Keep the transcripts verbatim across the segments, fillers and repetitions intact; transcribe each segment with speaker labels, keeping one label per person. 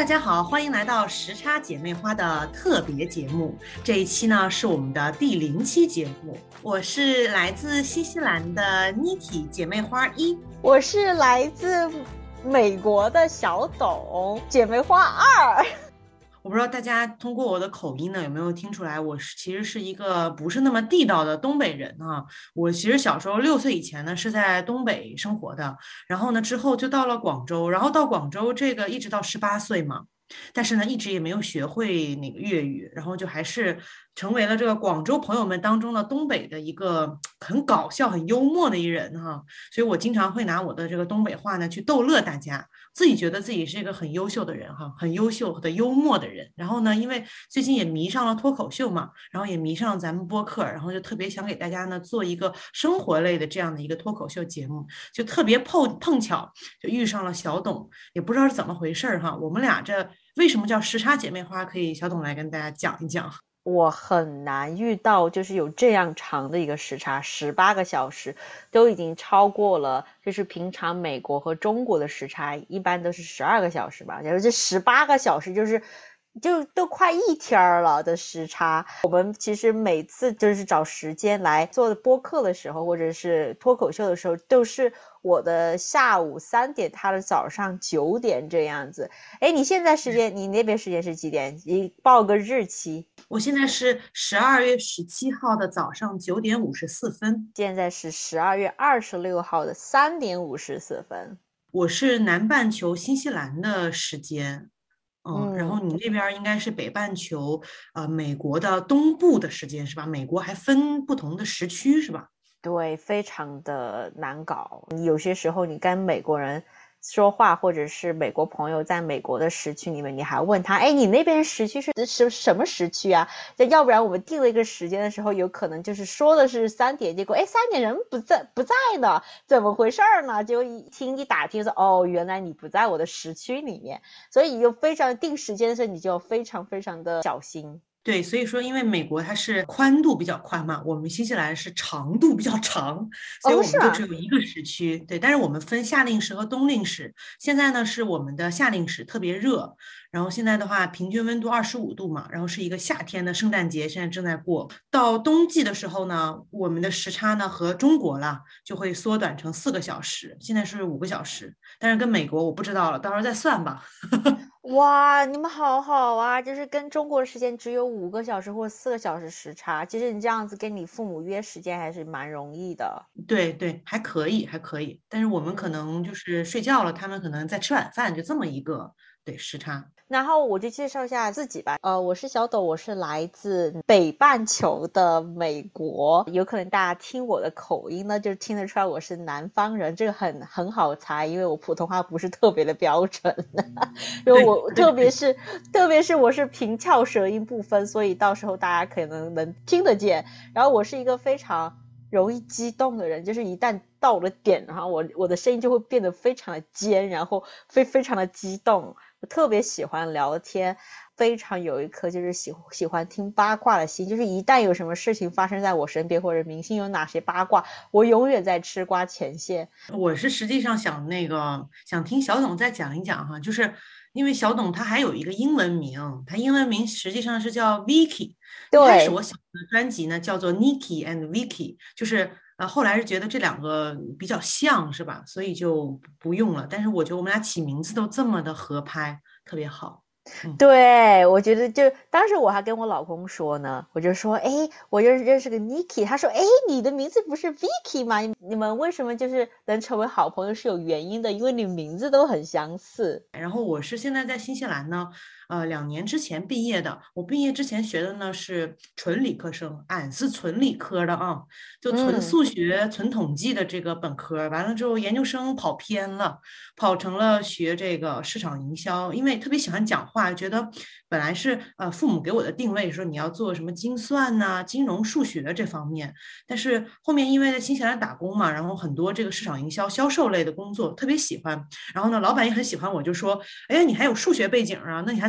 Speaker 1: 家好，欢迎来到时差姐妹花的特别节目。这一期呢是我们的第零期节目，我是来自新西兰的 Niki 姐妹花一，
Speaker 2: 我是来自美国的小董姐妹花二。
Speaker 1: 我不知道大家通过我的口音呢有没有听出来，我是其实是一个不是那么地道的东北人啊。我其实小时候六岁以前呢是在东北生活的，然后呢之后就到了广州，然后到广州这个一直到十八岁嘛。但是呢，一直也没有学会那个粤语，然后就还是成为了这个广州朋友们当中的东北的一个很搞笑、很幽默的一人哈。所以我经常会拿我的这个东北话呢去逗乐大家，自己觉得自己是一个很优秀的人哈，很优秀的幽默的人。然后呢，因为最近也迷上了脱口秀嘛，然后也迷上了咱们播客，然后就特别想给大家呢做一个生活类的这样的一个脱口秀节目，就特别碰碰巧就遇上了小董，也不知道是怎么回事哈。我们俩这为什么叫时差姐妹花？可以小董来跟大家讲一讲。
Speaker 2: 我很难遇到就是有这样长的一个时差，十八个小时都已经超过了，就是平常美国和中国的时差一般都是十二个小时吧，就是这十八个小时就是就都快一天了的时差。我们其实每次就是找时间来做播客的时候，或者是脱口秀的时候，都是我的下午三点，他的早上九点这样子。哎，你现在时间，你那边时间是几点？你报个日期。
Speaker 1: 我现在是十二月十七号的早上九点五十四分，
Speaker 2: 现在是十二月二十六号的三点五十四分。
Speaker 1: 我是南半球新西兰的时间。嗯，然后
Speaker 2: 嗯，
Speaker 1: 你那边应该是北半球，呃，美国的东部的时间是吧？美国还分不同的时区是吧？
Speaker 2: 对，非常的难搞。有些时候你跟美国人说话，或者是美国朋友在美国的时区里面，你还问他，哎，你那边时区是什什么时区啊？要不然我们定了一个时间的时候，有可能就是说的是三点，结果哎三点人不在不在呢，怎么回事呢？结果一听一打听说，哦，原来你不在我的时区里面，所以就非常定时间的时候，你就非常非常的小心。
Speaker 1: 对，所以说因为美国它是宽度比较宽嘛，我们新西兰是长度比较长，所以
Speaker 2: 哦，
Speaker 1: 我们就只
Speaker 2: 是吗？
Speaker 1: 有一个时区。对，但是我们分夏令时和冬令时。现在呢是我们的夏令时特别热，然后现在的话平均温度二十五度嘛，然后是一个夏天的圣诞节，现在正在过。到冬季的时候呢，我们的时差呢和中国啦就会缩短成四个小时，现在是五个小时，但是跟美国我不知道了，到时候再算吧。
Speaker 2: 哇，你们好好啊，就是跟中国的时间只有五个小时或四个小时时差，其实你这样子跟你父母约时间还是蛮容易的。
Speaker 1: 对对，还可以，还可以，但是我们可
Speaker 2: 嗯，
Speaker 1: 能就是睡觉了，他们可能在吃晚饭，就这么一个对时差。
Speaker 2: 然后我就介绍一下自己吧。呃，我是小抖，我是来自北半球的美国，有可能大家听我的口音呢，就听得出来我是南方人，这个很很好猜，因为我普通话不是特别的标准。因为
Speaker 1: 对
Speaker 2: 我
Speaker 1: 对对，
Speaker 2: 特别是特别是我是平翘舌音不分，所以到时候大家可能能听得见。然后我是一个非常容易激动的人，就是一旦到了点，然后我我的声音就会变得非常的尖，然后非非常的激动。我特别喜欢聊天，非常有一颗就是喜喜欢听八卦的心，就是一旦有什么事情发生在我身边，或者明星有哪些八卦，我永远在吃瓜前线。
Speaker 1: 我是实际上想那个想听小董再讲一讲哈，就是因为小董他还有一个英文名，他英文名实际上是叫 Vicky。一开始我
Speaker 2: 对，
Speaker 1: 想的专辑呢叫做 Niki and Vicky，就是呃后来是觉得这两个比较像是吧，所以就不用了。但是我觉得我们俩起名字都这么的合拍，特别好。嗯。
Speaker 2: 对，我觉得就当时我还跟我老公说呢，我就说，哎，我就认识个 Niki，他说，哎，你的名字不是 Vicky 吗？你们为什么就是能成为好朋友是有原因的，因为你名字都很相似。
Speaker 1: 然后我是现在在新西兰呢，呃，两年之前毕业的。我毕业之前学的呢是纯理科生，俺是纯理科的啊，就纯
Speaker 2: 嗯，
Speaker 1: 数学、纯统计的这个本科。完了之后，研究生跑偏了，跑成了学这个市场营销，因为特别喜欢讲话，觉得本来是呃父母给我的定位说你要做什么精算呐、金融、数学这方面，但是后面因为在新西兰打工嘛，然后很多这个市场营销、销售类的工作特别喜欢。然后呢，老板也很喜欢我，就说：“哎呀，你还有数学背景啊？那你还做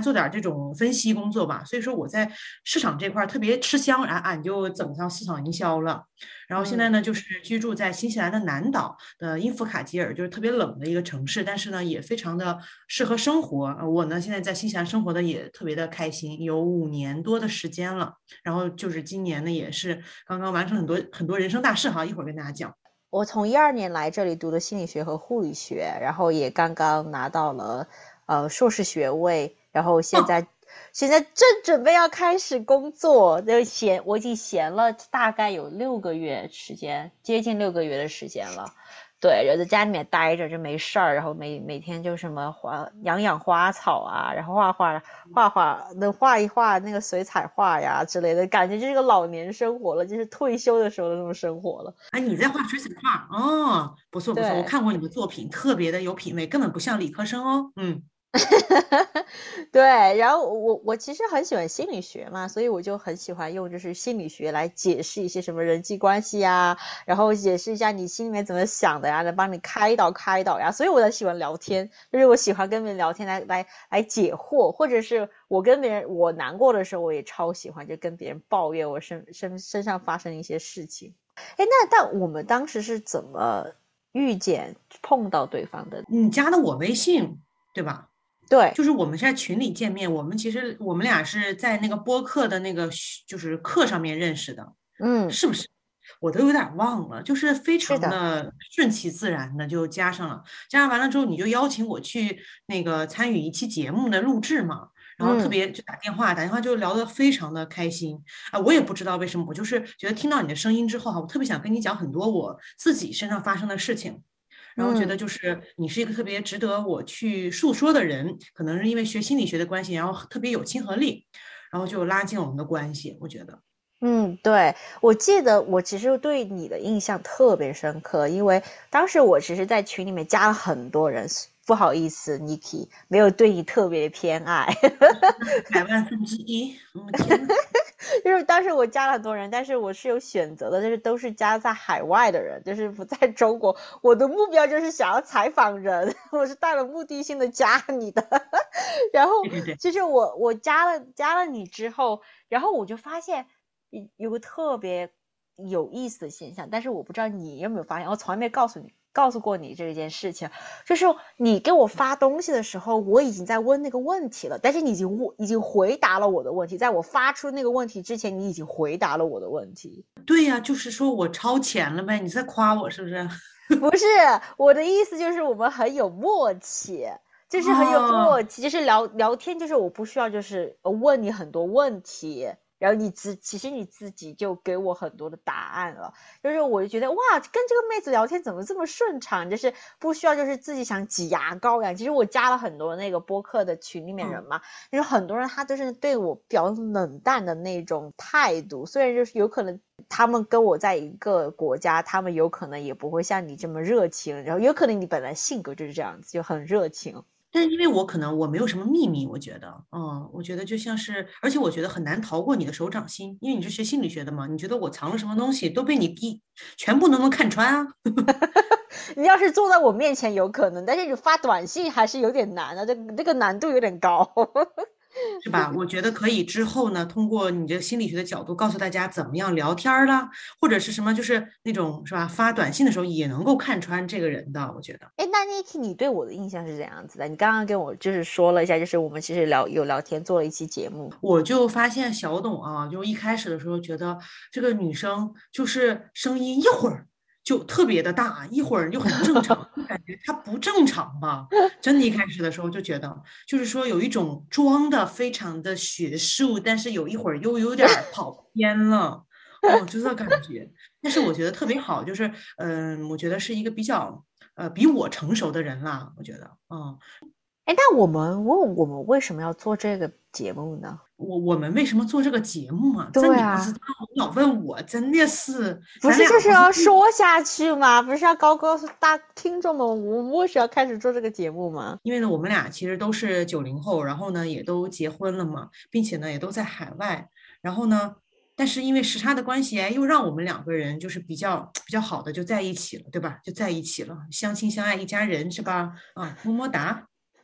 Speaker 1: 做点这种分析工作吧，所以说我在市场这块特别吃香，然后俺就整上市场营销了。然后现在呢，就是居住在新西兰的南岛的因弗卡吉尔，就是特别冷的一个城市，但是呢，也非常的适合生活。我呢，现在在新西兰生活的也特别的开心，有五年多的时间了。然后就是今年呢，也是刚刚完成很多很多人生大事哈，一会儿跟大家讲。
Speaker 2: 我从一二年来这里读的心理学和护理学，然后也刚刚拿到了呃硕士学位，然后现在、哦、现在正准备要开始工作，就闲我已经闲了大概有六个月时间，接近六个月的时间了。对，然后在家里面待着就没事儿，然后每每天就什么花养养花草啊，然后画画画画能画一画那个水彩画呀之类的，感觉就是个老年生活了，就是退休的时候的那种生活了。
Speaker 1: 哎，你在画水彩画哦，不错不错，我看过你的作品，特别的有品味，根本不像理科生哦。嗯。
Speaker 2: 对，然后我我其实很喜欢心理学嘛，所以我就很喜欢用就是心理学来解释一些什么人际关系呀，然后解释一下你心里面怎么想的呀，来帮你开导开导呀，所以我才喜欢聊天，就是我喜欢跟别人聊天来来来解惑，或者是我跟别人我难过的时候，我也超喜欢就跟别人抱怨我身身身上发生一些事情。哎，那但我们当时是怎么遇见碰到对方的？
Speaker 1: 你加的我微信对吧？
Speaker 2: 对，
Speaker 1: 就是我们是在群里见面，我们其实我们俩是在那个播客的那个就是课上面认识的，
Speaker 2: 嗯，
Speaker 1: 是不是？我都有点忘了，就是非常
Speaker 2: 的
Speaker 1: 的顺其自然的就加上了，加上完了之后你就邀请我去那个参与一期节目的录制嘛，然后特别就打电话，打电话就聊得非常的开心啊，我也不知道为什么，我就是觉得听到你的声音之后哈，我特别想跟你讲很多我自己身上发生的事情。然后觉得就是你是一个特别值得我去诉说的人，可能是因为学心理学的关系，然后特别有亲和力，然后就拉近我们的关系。我觉得，
Speaker 2: 嗯，对，我记得我其实对你的印象特别深刻，因为当时我其实在群里面加了很多人，不好意思 Niki 没有对你特别偏爱，
Speaker 1: 百万分之一，我天哪！
Speaker 2: 就是当时我加了很多人，但是我是有选择的，就是都是加在海外的人，就是不在中国。我的目标就是想要采访人，我是带了目的性的加你的。然后，其实我我加了加了你之后，然后我就发现有个特别有意思的现象，但是我不知道你有没有发现，我从来没告诉你。告诉过你这件事情，就是你给我发东西的时候，我已经在问那个问题了，但是你已经已经回答了我的问题，在我发出那个问题之前，你已经回答了我的问题。
Speaker 1: 对呀、啊，就是说我超前了呗，你在夸我是不是？
Speaker 2: 不是，我的意思就是我们很有默契，就是很有默契，哦、就是聊聊天，就是我不需要就是问你很多问题。然后你自其实你自己就给我很多的答案了，就是我就觉得哇，跟这个妹子聊天怎么这么顺畅，就是不需要就是自己想挤牙膏呀。其实我加了很多那个播客的群里面人嘛，就是很多人他都是对我比较冷淡的那种态度，虽然就是有可能他们跟我在一个国家，他们有可能也不会像你这么热情，然后有可能你本来性格就是这样子，就很热情。
Speaker 1: 但是因为我可能我没有什么秘密，我觉得，嗯，我觉得就像是，而且我觉得很难逃过你的手掌心，因为你是学心理学的嘛，你觉得我藏了什么东西都被你一全部都能看穿啊。
Speaker 2: 你要是坐在我面前有可能，但是你发短信还是有点难的，这这个难度有点高。
Speaker 1: 是吧？我觉得可以之后呢，通过你这个心理学的角度，告诉大家怎么样聊天啦，或者是什么，就是那种是吧？发短信的时候也能够看穿这个人的，我觉得。
Speaker 2: 哎，那 Niki，你对我的印象是怎样子的？你刚刚跟我就是说了一下，就是我们其实聊有聊天，做了一期节目，
Speaker 1: 我就发现小董啊，就一开始的时候觉得这个女生就是声音一会儿就特别的大，一会儿就很正常，就感觉她不正常吧？真的，一开始的时候就觉得，就是说有一种装的非常的学术，但是有一会儿又有点跑偏了，哦，就这感觉。但是我觉得特别好，就是嗯、呃，我觉得是一个比较呃比我成熟的人啦，我觉得，嗯。
Speaker 2: 哎，那我们问我们为什么要做这个节目呢？
Speaker 1: 我我们为什么做这个节目啊？
Speaker 2: 对啊，
Speaker 1: 这你不知道，你老问我，真的是，
Speaker 2: 不是就是要说下去吗？不是要告告诉大听众们，我们为什么要开始做这个节目吗？
Speaker 1: 因为呢，我们俩其实都是九零后，然后呢也都结婚了嘛，并且呢也都在海外，然后呢，但是因为时差的关系，又让我们两个人就是比较比较好的就在一起了，对吧？就在一起了，相亲相爱一家人是吧？啊，么么哒。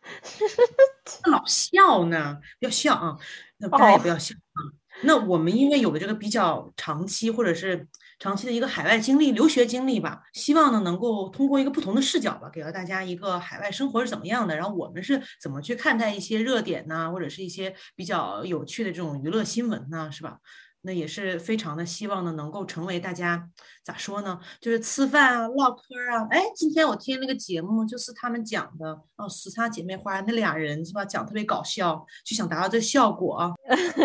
Speaker 1: 老笑呢，不要笑啊，那大家也不
Speaker 2: 哦，
Speaker 1: 要笑啊。那我们因为有的这个比较长期或者是长期的一个海外经历、留学经历吧，希望呢能够通过一个不同的视角吧，给到大家一个海外生活是怎么样的，然后我们是怎么去看待一些热点呐、或者是一些比较有趣的这种娱乐新闻呐、是吧？那也是非常的希望呢，能够成为大家咋说呢，就是吃饭啊、唠嗑啊。哎，今天我听那个节目，就是他们讲的，哦，时差姐妹花那俩人是吧，讲特别搞笑，就想达到这个效果。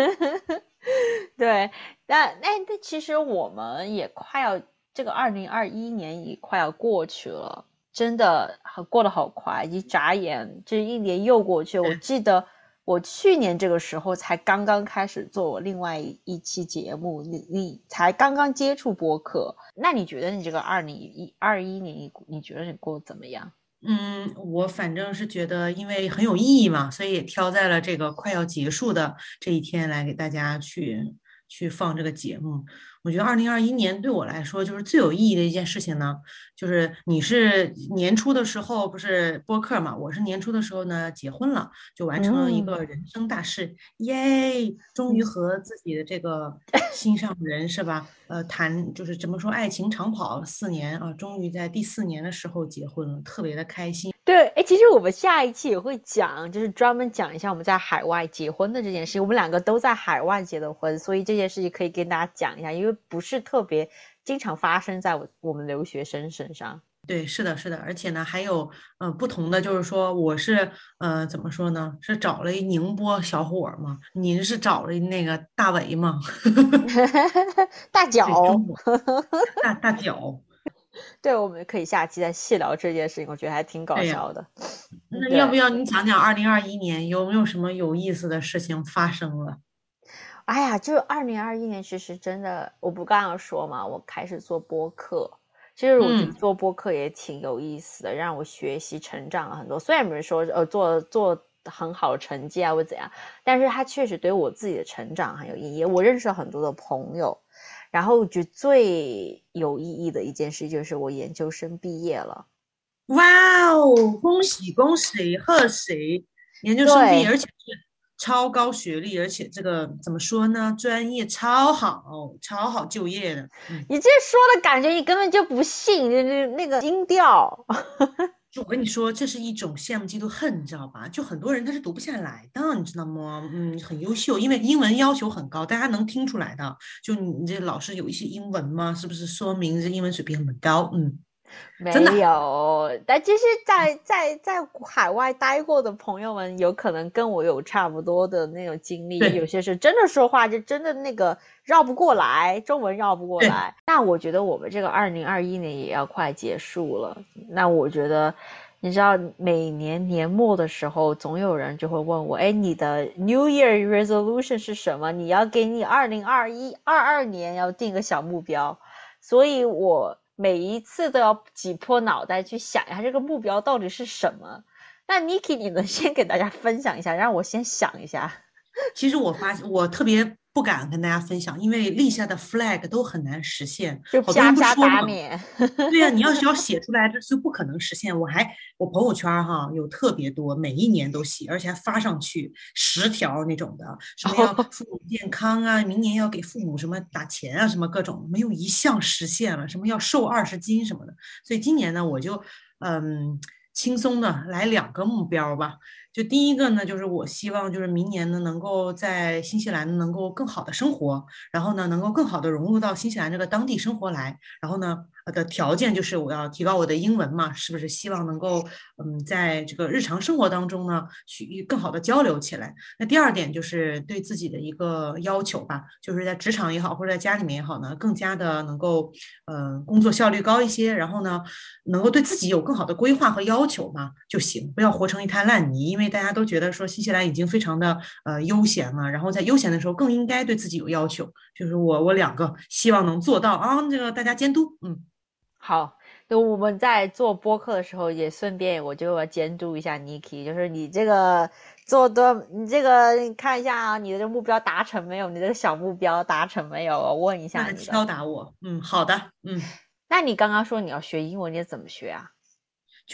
Speaker 2: 对，但那那其实我们也快要这个二零二一年也快要过去了，真的好过得好快，一眨眼这一年又过去。我
Speaker 1: 对，
Speaker 2: 记得我去年这个时候才刚刚开始做我另外一一期节目，你你才刚刚接触播客，那你觉得你这个二零一二一年你你觉得你过得怎么样？
Speaker 1: 嗯，我反正是觉得，因为很有意义嘛，所以也挑在了这个快要结束的这一天来给大家去去放这个节目。我觉得二零二一年对我来说，就是最有意义的一件事情呢，就是你是年初的时候不是播客嘛，我是年初的时候呢结婚了，就完成了一
Speaker 2: 嗯
Speaker 1: 个人生大事，耶！终于
Speaker 2: 嗯。
Speaker 1: 和自己的这个心上人是吧？呃，谈就是怎么说，爱情长跑四年啊，终于在第四年的时候结婚了，特别的开心。
Speaker 2: 对，哎，其实我们下一期也会讲，就是专门讲一下我们在海外结婚的这件事。我们两个都在海外结的婚，所以这件事情可以跟大家讲一下，因为不是特别经常发生在我我们留学生身上。
Speaker 1: 对，是的，是的，而且呢，还有呃不同的，就是说，我是呃怎么说呢？是找了一宁波小伙儿嘛，您是找了那个大伟嘛？
Speaker 2: 大
Speaker 1: 对，中
Speaker 2: 脚，
Speaker 1: 国大大脚，
Speaker 2: 对，我们可以下期再细聊这件事情，我觉得还挺搞
Speaker 1: 对呀。
Speaker 2: 笑的。
Speaker 1: 那要不
Speaker 2: 对，
Speaker 1: 要你讲讲二零二一年有没有什么有意思的事情发生了？
Speaker 2: 哎呀，就二零二一年，其实真的，我不刚刚说嘛，我开始做播客。其实我觉得
Speaker 1: 嗯，
Speaker 2: 做播客也挺有意思的，让我学习成长了很多。虽然不是说呃做做很好的成绩啊或怎样，但是它确实对我自己的成长很有意义。我认识了很多的朋友，然后我觉得最有意义的一件事就是我研究生毕业了。
Speaker 1: 哇哦，恭喜恭喜，贺喜！研究生毕业，
Speaker 2: 对，
Speaker 1: 而且是超高学历，而且这个怎么说呢？专业超好，超好就业的。嗯。
Speaker 2: 你这说的感觉你根本就不信，那那那个音调。
Speaker 1: 就我跟你说，这是一种羡慕嫉妒恨，你知道吧？就很多人他是读不下来的，你知道吗？嗯，很优秀，因为英文要求很高，大家能听出来的。就你你这老师有一些英文吗？是不是说明这英文水平很高？嗯，真
Speaker 2: 没
Speaker 1: 的。
Speaker 2: 有，但其实在，在在海外待过的朋友们，有可能跟我有差不多的那种经历。有
Speaker 1: 对
Speaker 2: 些是真的说话就真的那个绕不过来，中文绕不过
Speaker 1: 对，
Speaker 2: 来。那我觉得我们这个二零二一年也要快结束了。那我觉得，你知道，每年年末的时候，总有人就会问我，哎，你的 New Year resolution 是什么？你要给你二零二一二二年要定个小目标。所以我每一次都要挤破脑袋去想一下这个目标到底是什么。那 Niki，你能先给大家分享一下，让我先想一下。
Speaker 1: 其实我发现我特别不敢跟大家分享，因为立下的 flag 都很难实现。
Speaker 2: 就
Speaker 1: 好多人不
Speaker 2: 瞎瞎
Speaker 1: 说嘛，
Speaker 2: 打脸。
Speaker 1: 对呀、你要是要写出来，这是不可能实现。我还我朋友圈哈有特别多，每一年都写，而且还发上去十条那种的，什么要父母健康啊，明年要给父母什么打钱啊，什么各种，没有一项实现了，什么要瘦二十斤什么的。所以今年呢，我就嗯轻松的来两个目标吧。就第一个呢，就是我希望就是明年呢能够在新西兰能够更好的生活，然后呢能够更好的融入到新西兰这个当地生活来。然后呢，呃的条件就是我要提高我的英文嘛，是不是？希望能够嗯在这个日常生活当中呢去更好的交流起来。那第二点就是对自己的一个要求吧，就是在职场也好，或者在家里面也好呢，更加的能够呃工作效率高一些，然后呢能够对自己有更好的规划和要求嘛就行，不要活成一滩烂泥。因为大家都觉得说新西兰已经非常的呃悠闲了，然后在悠闲的时候更应该对自己有要求。就是我我两个希望能做到啊，这个大家监督，嗯。
Speaker 2: 好，就我们在做播客的时候，也顺便我就要监督一下 Niki，就是你这个做的，你这个你看一下啊，你的这个目标达成没有？你这个小目标达成没有？我问一下你的。
Speaker 1: 那敲打我，嗯，好的，嗯。
Speaker 2: 那你刚刚说你要学英文，你怎么学啊？
Speaker 1: 就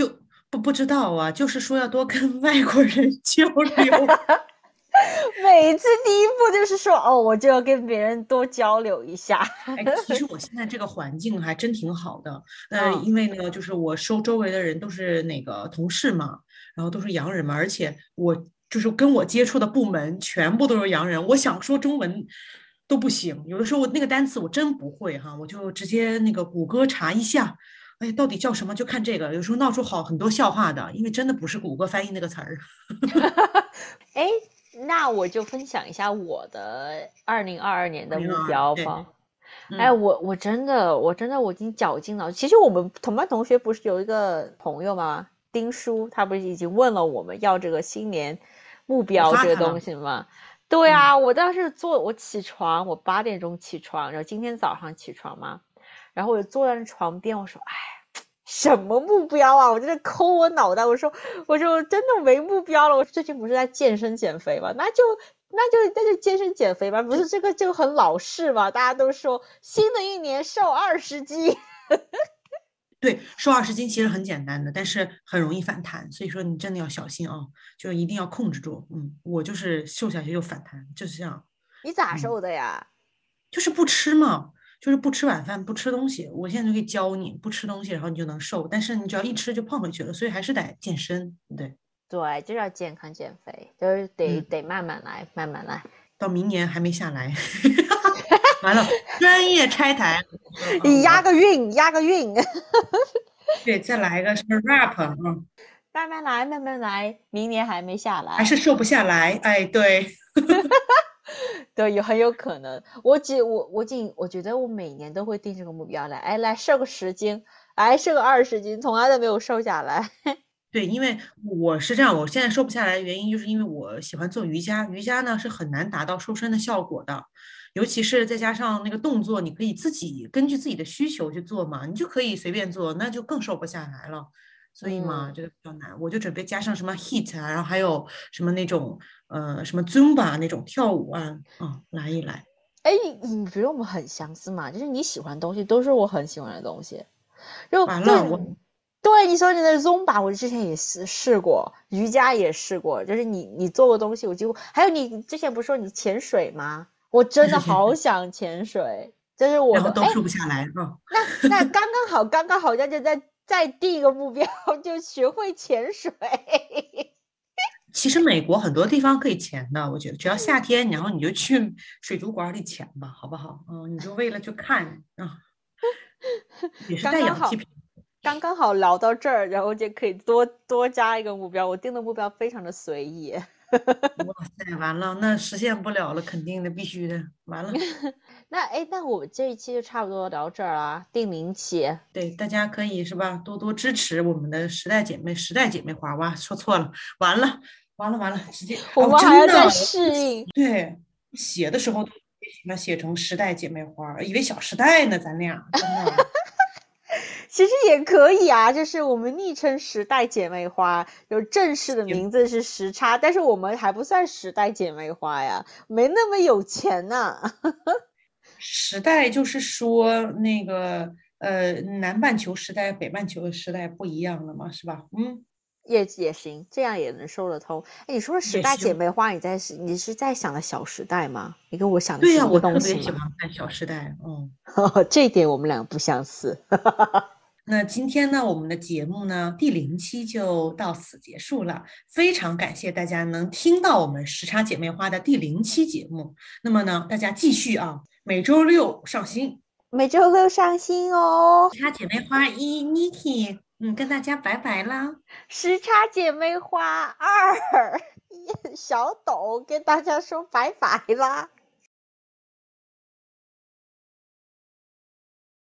Speaker 1: 不不知道啊，就是说要多跟外国人交流。
Speaker 2: 每次第一步就是说，哦，我就要跟别人多交流一下。
Speaker 1: 哎，其实我现在这个环境还真挺好的，呃，
Speaker 2: 嗯，
Speaker 1: 因为呢，就是我收周围的人都是那个同事嘛，然后都是洋人嘛，而且我就是跟我接触的部门全部都是洋人，我想说中文都不行，有的时候我那个单词我真不会哈，我就直接那个谷歌查一下，哎，到底叫什么就看这个，有时候闹出好很多笑话的，因为真的不是谷歌翻译那个词儿。
Speaker 2: 哎，那我就分享一下我的二零二二年的目
Speaker 1: 零二，对，
Speaker 2: 标吧。哎，
Speaker 1: 嗯，
Speaker 2: 我我真的我真的我已经绞尽了。其实我们同班同学不是有一个朋友吗？丁叔，他不是已经问了我们要这个新年目
Speaker 1: 我
Speaker 2: 标这个东
Speaker 1: 发他了，
Speaker 2: 西吗？对
Speaker 1: 嗯。
Speaker 2: 啊，我当时坐，我起床，我八点钟起床，然后今天早上起床嘛，然后我就坐在床边，我说，哎，什么目标啊？我在抠我脑袋，我说，我说真的没目标了。我最近不是在健身减肥嘛，那就那就那就健身减肥吧，不是这个就很老式嘛？大家都说新的一年瘦二十斤。
Speaker 1: 对，瘦二十斤其实很简单的，但是很容易反弹，所以说你真的要小心啊，就一定要控制住。嗯，我就是瘦下去就反弹，就是这样。
Speaker 2: 你咋
Speaker 1: 嗯，
Speaker 2: 瘦的呀？
Speaker 1: 就是不吃嘛，就是不吃晚饭，不吃东西。我现在就可以教你，不吃东西，然后你就能瘦，但是你只要一吃就胖回去了，所以还是得健身。对，
Speaker 2: 对，就要健康减肥，就是得
Speaker 1: 嗯，
Speaker 2: 得慢慢来，慢慢来。
Speaker 1: 到明年还没下来，完了，专业拆台。说啊，
Speaker 2: 你押
Speaker 1: 我
Speaker 2: 个韵，押个韵。
Speaker 1: 对，再来一个什么 rap 啊，
Speaker 2: 慢慢来，慢慢来，明年还没下来。
Speaker 1: 还是瘦不下来。哎，对。
Speaker 2: 对，有很有可能。我只我我仅我觉得我每年都会定这个目标来，哎，来瘦个十斤，来瘦个二十斤，从来都没有瘦下来。
Speaker 1: 对，因为我是这样，我现在瘦不下来的原因，就是因为我喜欢做瑜伽，瑜伽呢是很难达到瘦身的效果的，尤其是再加上那个动作，你可以自己根据自己的需求去做嘛，你就可以随便做，那就更瘦不下来了。所以嘛，
Speaker 2: 嗯，
Speaker 1: 这个比较难，我就准备加上什么 heat 啊，然后还有什么那种呃什么 Zumba 那种跳舞啊，啊、来一来。
Speaker 2: 哎，你觉得我们很相似嘛？就是你喜欢的东西都是我很喜欢的东西。就就
Speaker 1: 完了，我
Speaker 2: 对你说你的 Zumba，我之前也试试过，瑜伽也试过，就是你你做过东西，我几乎还有你之前不是说你潜水吗？我真的好想潜水，这是我的哎，
Speaker 1: 然后都瘦不下来啊。
Speaker 2: 那那刚刚好，刚刚好，那就再再定一个目标，就学会潜水。
Speaker 1: 其实美国很多地方可以潜的，我觉得只要夏天，然后你就去水族馆里潜吧，好不好？嗯，你就为了去看啊，也是带
Speaker 2: 刚刚好，
Speaker 1: 氧气瓶。
Speaker 2: 刚刚好聊到这儿，然后就可以多多加一个目标。我定的目标非常的随意。
Speaker 1: 哇塞，完了，那实现不了了，肯定的，必须的，完了。
Speaker 2: 那哎，那我们这一期就差不多聊这儿啦，定名期。
Speaker 1: 对，大家可以是吧，多多支持我们的时代姐妹，时代姐妹花，哇，说错了，完了，完了，完了，直接
Speaker 2: 我
Speaker 1: 哦，
Speaker 2: 们还要再
Speaker 1: 真的，
Speaker 2: 适应。
Speaker 1: 对，写的时候喜欢写成时代姐妹花，以为小时代呢，咱俩真的。
Speaker 2: 其实也可以啊，就是我们昵称时代姐妹花，有正式的名字是时差，但是我们还不算时代姐妹花呀，没那么有钱呢、
Speaker 1: 时代就是说那个呃，南半球时代、北半球的时代不一样了嘛，是吧？嗯，
Speaker 2: 也也行，这样也能说得通。哎，你说的时代姐
Speaker 1: 也行。
Speaker 2: 妹花，你在你是在想的《小时代》吗？你跟我想的
Speaker 1: 对呀，
Speaker 2: 是一个
Speaker 1: 我特别
Speaker 2: 东西吗？
Speaker 1: 喜欢看《小时代》。嗯，
Speaker 2: 这一点我们两个不相似。
Speaker 1: 那今天呢，我们的节目呢，第零期就到此结束了。非常感谢大家能听到我们时差姐妹花的第零期节目。那么呢，大家继续啊，每周六上新。
Speaker 2: 每周六上新哦。
Speaker 1: 时差姐妹花一 Niki，嗯，跟大家拜拜啦。
Speaker 2: 时差姐妹花二小抖跟大家说拜拜啦。